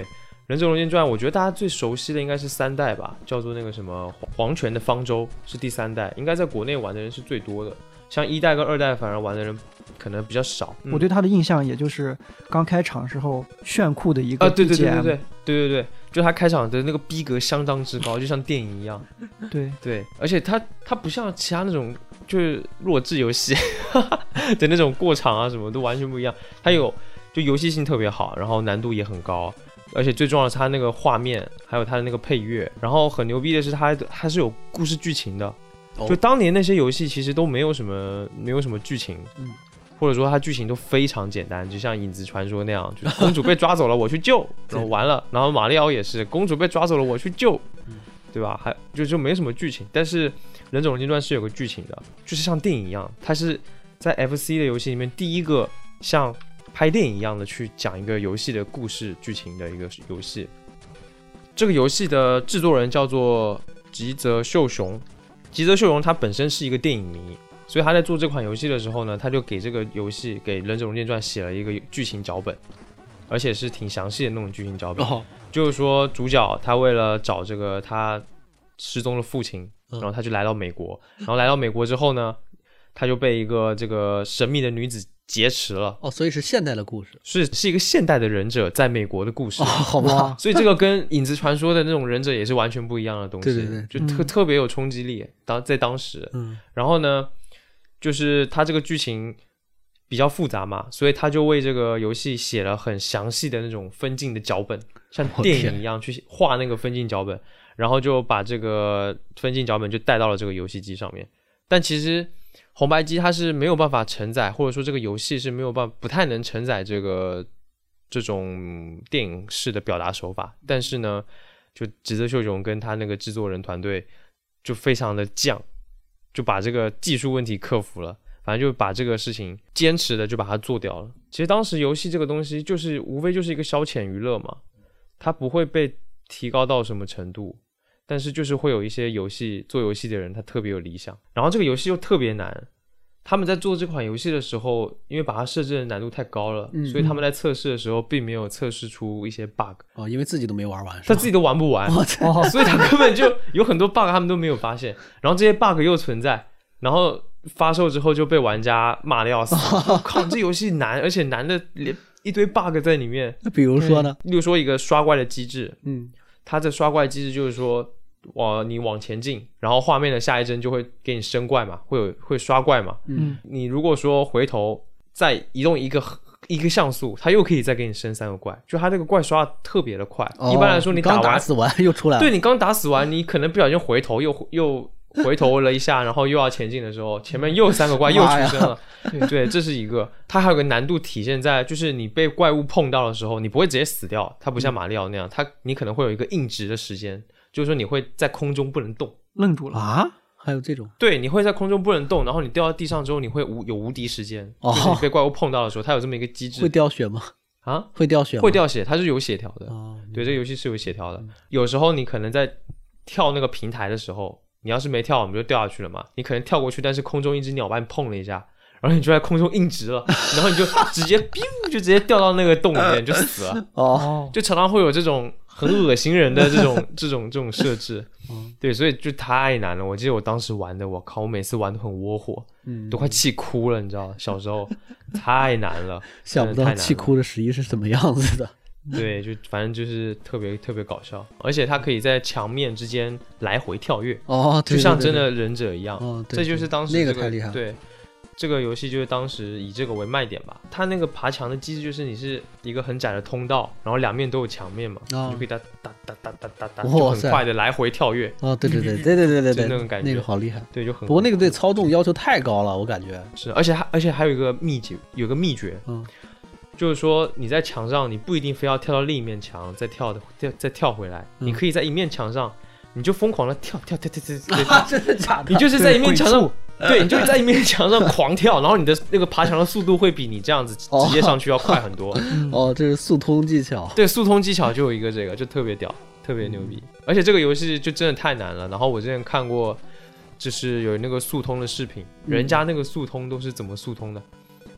忍者龙剑传》，我觉得大家最熟悉的应该是三代吧，叫做那个什么黄泉的方舟是第三代，应该在国内玩的人是最多的。像一代跟二代反而玩的人可能比较少。 嗯、我对他的印象也就是刚开场时候炫酷的一个 B G M， 啊，对对对对对对对对，就他开场的那个逼格相当之高，就像电影一样。 对对，而且他他不像其他那种就是弱智游戏的那种过场啊什么都完全不一样，他有就游戏性特别好，然后难度也很高。而且最重要的是它那个画面，还有它的那个配乐，然后很牛逼的是它它是有故事剧情的，就当年那些游戏其实都没有什么没有什么剧情，嗯，或者说它剧情都非常简单，就像《影子传说》那样，就是公主被抓走了我去救，然后完了，然后马里奥也是公主被抓走了我去救，对吧？还就就没什么剧情，但是《忍者龙剑传》是有个剧情的，就是像电影一样，它是在 F C 的游戏里面第一个像拍电影一样的去讲一个游戏的故事剧情的一个游戏。这个游戏的制作人叫做吉泽秀雄，吉泽秀雄他本身是一个电影迷，所以他在做这款游戏的时候呢，他就给这个游戏给忍者龙剑传写了一个剧情脚本，而且是挺详细的那种剧情脚本、哦、就是说主角他为了找这个他失踪的父亲，然后他就来到美国，然后来到美国之后呢，他就被一个这个神秘的女子劫持了。 哦，所以是现代的故事， 是是一个现代的忍者在美国的故事。 哦，好吧。 所以这个跟影子传说的那种忍者也是完全不一样的东西。 对对对， 就特、嗯、特别有冲击力。当在当时， 嗯， 然后呢，就是他这个剧情比较复杂嘛，所以他就为这个游戏写了很详细的那种分镜的脚本，像电影一样去画那个分镜脚本，然后就把这个分镜脚本就带到了这个游戏机上面。但其实红白机它是没有办法承载，或者说这个游戏是没有办法不太能承载这个这种电影式的表达手法。但是呢，就吉泽秀雄跟他那个制作人团队就非常的犟，就把这个技术问题克服了，反正就把这个事情坚持的就把它做掉了。其实当时游戏这个东西就是无非就是一个消遣娱乐嘛，它不会被提高到什么程度，但是就是会有一些游戏做游戏的人他特别有理想，然后这个游戏又特别难。他们在做这款游戏的时候，因为把它设置的难度太高了、嗯、所以他们在测试的时候并没有测试出一些 bug。 哦，因为自己都没玩完， 他自己都玩不完、哦、所以他根本就有很多 bug 他们都没有发现，然后这些 bug 又存在，然后发售之后就被玩家骂得要死。哦、靠，这游戏难，而且难的连一堆 bug 在里面。 那比如说呢？ 例如说一个刷怪的机制， 嗯， 它的刷怪机制就是说往你往前进，然后画面的下一帧就会给你升怪嘛，会有会刷怪嘛。 嗯， 你如果说回头再移动一个一个像素，它又可以再给你升三个怪，就它这个怪刷得特别的快。哦、一般来说你打完刚打死完又出来了， 对，你刚打死完，你可能不小心回头又又回头了一下，然后又要前进的时候，前面又三个怪又出生了。对, 对，这是一个。它还有个难度体现在，就是你被怪物碰到的时候，你不会直接死掉，它不像马里奥那样，它你可能会有一个硬直的时间。就是说你会在空中不能动， 愣住了啊？还有这种？ 对，你会在空中不能动，然后你掉到地上之后，你会无有无敌时间、哦。就是你被怪物碰到的时候，它有这么一个机制。 会掉血吗？ 啊， 会掉血吗？ 会掉血，它是有血条的。 哦、 对，这个游戏是有血条的、嗯。有时候你可能在跳那个平台的时候，你要是没跳，我们就掉下去了嘛。你可能跳过去，但是空中一只鸟把你碰了一下，然后你就在空中硬直了，然后你就直接就直接掉到那个洞里面就死了。 哦， 就常常会有这种很恶心人的这种这种这种设置。对，所以就太难了。我记得我当时玩的，我靠，我每次玩都很窝火，嗯，都快气哭了，你知道，小时候太难了， 想不到气哭的十一是什么样子的。 对，就反正就是特别特别搞笑，而且它可以在墙面之间来回跳跃， 哦，对对对对， 就像真的忍者一样。 哦，对对对， 这就是当时、这个、那个太厉害了。 对。这个游戏就是当时以这个为卖点吧，它那个爬墙的机制就是你是一个很窄的通道，然后两面都有墙面嘛，哦、你就可以打打打打打打打，就很快的来回跳跃。 哦，对对对对对对对对， 就那种感觉， 那个好厉害。 对，就很。 不过那个对操纵要求太高了，我感觉是，而且还而且还有一个秘诀，有个秘诀， 嗯， 就是说你在墙上，你不一定非要跳到另一面墙再跳的，再再跳回来，嗯、你可以在一面墙上，你就疯狂的跳跳跳跳跳跳， 真的假的？ 你就是在一面墙上。对，你就在一面墙上狂跳，然后你的那个爬墙的速度会比你这样子直接上去要快很多。 哦，这是速通技巧。 对，速通技巧就有一个这个，就特别屌，特别牛逼。而且这个游戏就真的太难了。然后我之前看过，就是有那个速通的视频，人家那个速通都是怎么速通的？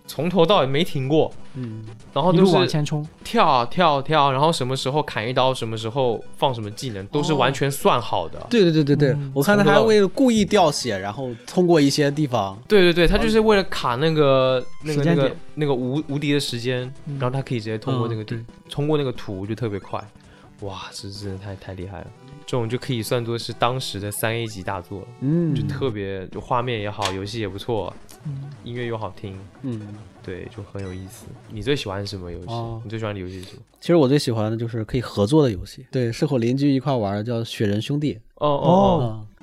从头到尾没停过， 嗯， 然后都是一路往前冲， 跳跳跳，然后什么时候砍一刀，什么时候放什么技能，都是完全算好的。 哦、对对对对对， 嗯、 我看他还为了故意掉血，然后通过一些地方。 对对对，他就是为了卡那个、嗯、那个那个那个无无敌的时间， 嗯、 然后他可以直接通过那个、 嗯、 通过那个图就特别快。哇，这真的太太厉害了！这种就可以算作是当时的三 A 级大作了， 嗯， 就特别就画面也好，游戏也不错， 嗯， 音乐又好听， 嗯， 对，就很有意思。你最喜欢什么游戏？哦、你最喜欢的游戏是什么？ 其实我最喜欢的就是可以合作的游戏，对，是和邻居一块玩的，叫《雪人兄弟》。 哦哦哦。 嗯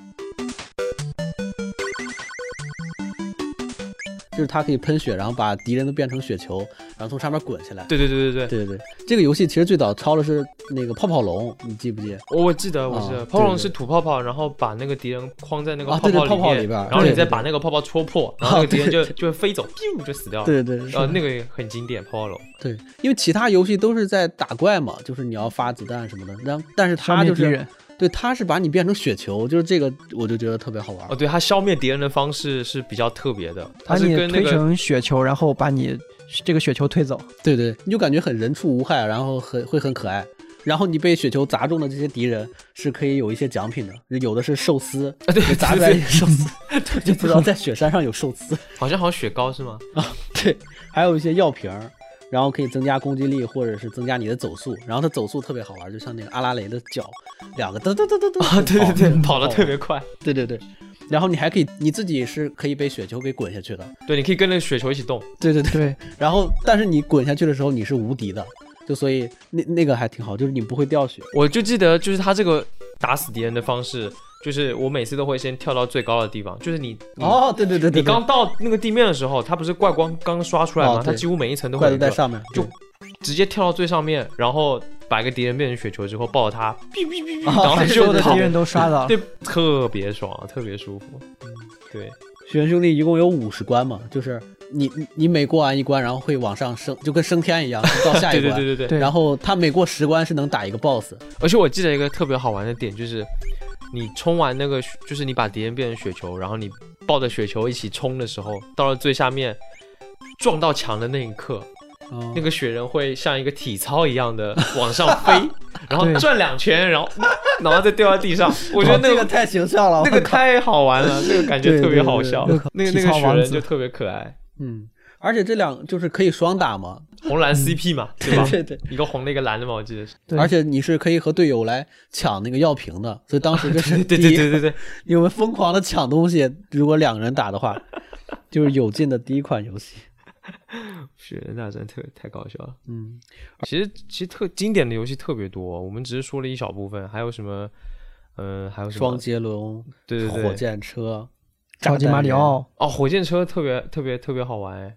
就是它可以喷血，然后把敌人都变成雪球，然后从上面滚下来。 对对对对对对对对，这个游戏其实最早抄的是那个泡泡龙，你记不记？ 我记得，我记得，泡泡龙是吐泡泡，然后把那个敌人框在那个泡泡里面， 啊、对对泡泡里边， 然后你再把那个泡泡戳破，然后那个敌人就就会飞走，咻就死掉了。 对对， 然后那个很经典，泡泡龙。 对，因为其他游戏都是在打怪嘛，就是你要发子弹什么的，然后但是它就是。对，他是把你变成雪球，就是这个，我就觉得特别好玩。 哦，对，他消灭敌人的方式是比较特别的，他是跟那个推成雪球，然后把你这个雪球推走。 对对，你就感觉很人畜无害，然后很会很可爱。然后你被雪球砸中的这些敌人是可以有一些奖品的，有的是寿司， 啊、对， 砸出来寿司，就不知道在雪山上有寿司， 好像好像雪糕是吗？ 啊，对，还有一些药瓶。然后可以增加攻击力，或者是增加你的走速。然后它走速特别好玩，就像那个阿拉蕾的脚，两个噔噔噔噔噔啊，对对对，跑得特别快。 对对对，然后你还可以你自己是可以被雪球给滚下去的。 对，你可以跟那个雪球一起动。 对对对。然后，但是你滚下去的时候你是无敌的，就所以那那个还挺好，就是你不会掉血。 我就记得就是他这个打死敌人的方式。就是我每次都会先跳到最高的地方，就是你哦，对对对对， 你刚到那个地面的时候，它不是怪光刚刷出来吗？它几乎每一层都会怪都在上面， 就直接跳到最上面，然后把一个敌人变成雪球之后抱着他，哔哔哔哔，然后所有的敌人都刷到了， 对，特别爽，特别舒服。嗯，对， 雪人兄弟一共有五十关嘛，就是你你每过完一关，然后会往上升，就跟升天一样，到下一关。 对对对对对。然后他每过十关是能打一个 boss， 而且我记得一个特别好玩的点就是。你冲完那个，就是你把敌人变成雪球，然后你抱着雪球一起冲的时候，到了最下面撞到墙的那一刻，哦、那个雪人会像一个体操一样的往上飞，然后转两圈，然后然后再掉在地上。我觉得那个、 哦、太形象了， 那个太好玩了，那个感觉特别好笑。对对对那个那个雪人就特别可爱， 嗯。而且这两就是可以双打嘛， 红蓝 C P 嘛，嗯、对吧？ 对对对， 一个红的，一个蓝的嘛，我记得是。 而且你是可以和队友来抢那个药瓶的，所以当时这是对对对对对， 你们疯狂的抢东西。如果两个人打的话，就是有劲的第一款游戏。 雪人大战特太搞笑了。 嗯， 其实其实特经典的游戏特别多，我们只是说了一小部分，还有什么？嗯、呃，还有什么？ 双截龙， 对对对， 火箭车。 超级马里奥哦，火箭车特别特别特别好玩哎。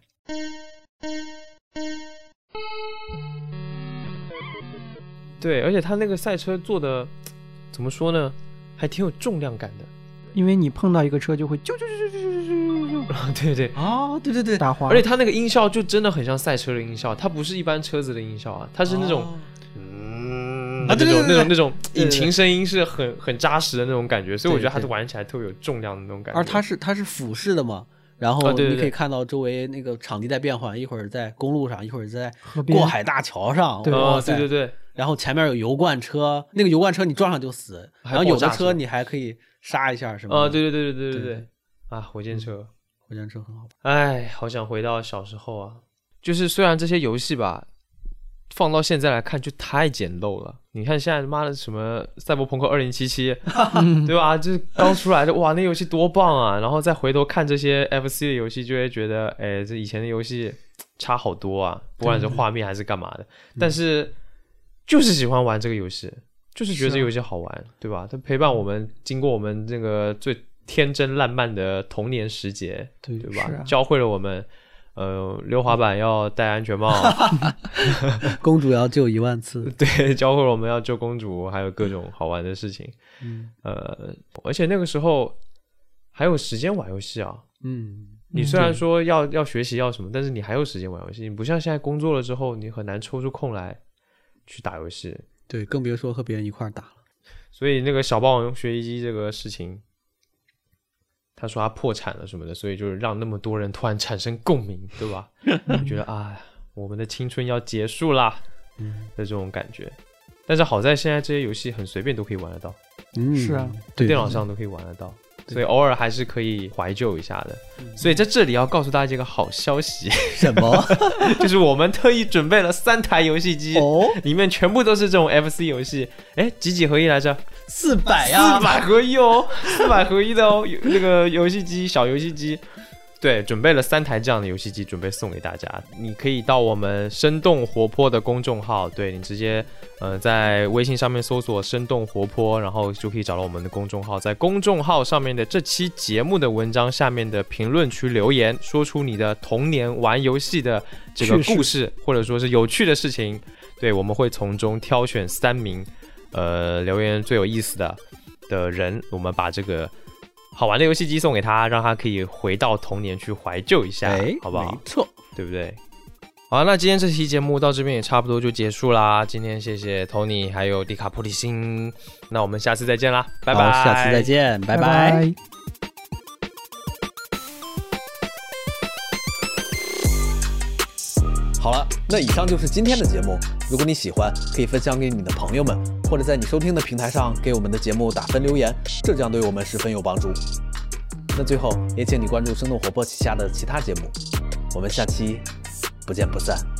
对，而且他那个赛车做的怎么说呢，还挺有重量感的， 因为你碰到一个车就会啾啾啾啾啾啾啾， 对对啊，对对对， 打滑， 而且他那个音效就真的很像赛车的音效，它不是一般车子的音效啊，它是那种、哦、嗯那种那种那种引擎声音是很很扎实的那种感觉，所以我觉得它玩起来特别有重量的那种感觉。 而它是它是俯视的嘛。然后你可以看到周围那个场地在变换，一会儿在公路上，一会儿在过海大桥上。 对、哦、对对对。 然后前面有油罐车，那个油罐车你撞上就死，然后有的车你还可以杀一下什么的。 啊、哦，对对对对对对对。啊，火箭车， 火箭车很好。 哎，好想回到小时候啊！就是虽然这些游戏吧，放到现在来看就太简陋了。你看现在他妈的什么赛博朋克二零七七，对吧？就是刚出来的，哇，那游戏多棒啊！然后再回头看这些 F C 的游戏，就会觉得，哎，这以前的游戏差好多啊，不管是画面还是干嘛的。但是就是喜欢玩这个游戏，就是觉得这个游戏好玩，啊、对吧？它陪伴我们，经过我们这个最天真烂漫的童年时节，对对吧？啊、教会了我们。呃，溜滑板要戴安全帽， 公主要救一万次， 对，教会了我们要救公主，还有各种好玩的事情。嗯，呃，而且那个时候还有时间玩游戏啊。 嗯， 你虽然说要要学习要什么，但是你还有时间玩游戏，你不像现在工作了之后，你很难抽出空来去打游戏。 对，更别说和别人一块打了。 所以那个小霸王学习机这个事情。 他说他破产了什么的，所以就是让那么多人突然产生共鸣，对吧？我觉得啊，我们的青春要结束啦的这种感觉。但是好在现在这些游戏很随便都可以玩得到， 嗯，是啊， 对，电脑上都可以玩得到，所以偶尔还是可以怀旧一下的。所以在这里要告诉大家一个好消息， 什么？ 就是我们特意准备了三台游戏机，哦，里面全部都是这种 F C 游戏。哎，几几合一来着？ 四百呀， 四百合一哦，四百合一的哦，那个游戏机，小游戏机。对，准备了三台这样的游戏机，准备送给大家。你可以到我们生动活泼的公众号，对，你直接呃在微信上面搜索生动活泼，然后就可以找到我们的公众号。在公众号上面的这期节目的文章下面的评论区留言，说出你的童年玩游戏的这个故事，或者说是有趣的事情。对，我们会从中挑选三名呃留言最有意思的的人，我们把这个好玩的游戏机送给他，让他可以回到童年去怀旧一下，好不好？ 没错， 对不对？好，那今天这期节目到这边也差不多就结束啦。今天谢谢 Tony 还有迪卡普里辛，那我们下次再见啦，拜拜！ 好，下次再见，拜拜。拜拜。好了，那以上就是今天的节目。如果你喜欢，可以分享给你的朋友们，或者在你收听的平台上给我们的节目打分留言，这将对我们十分有帮助。那最后也请你关注生动活泼旗下的其他节目，我们下期不见不散。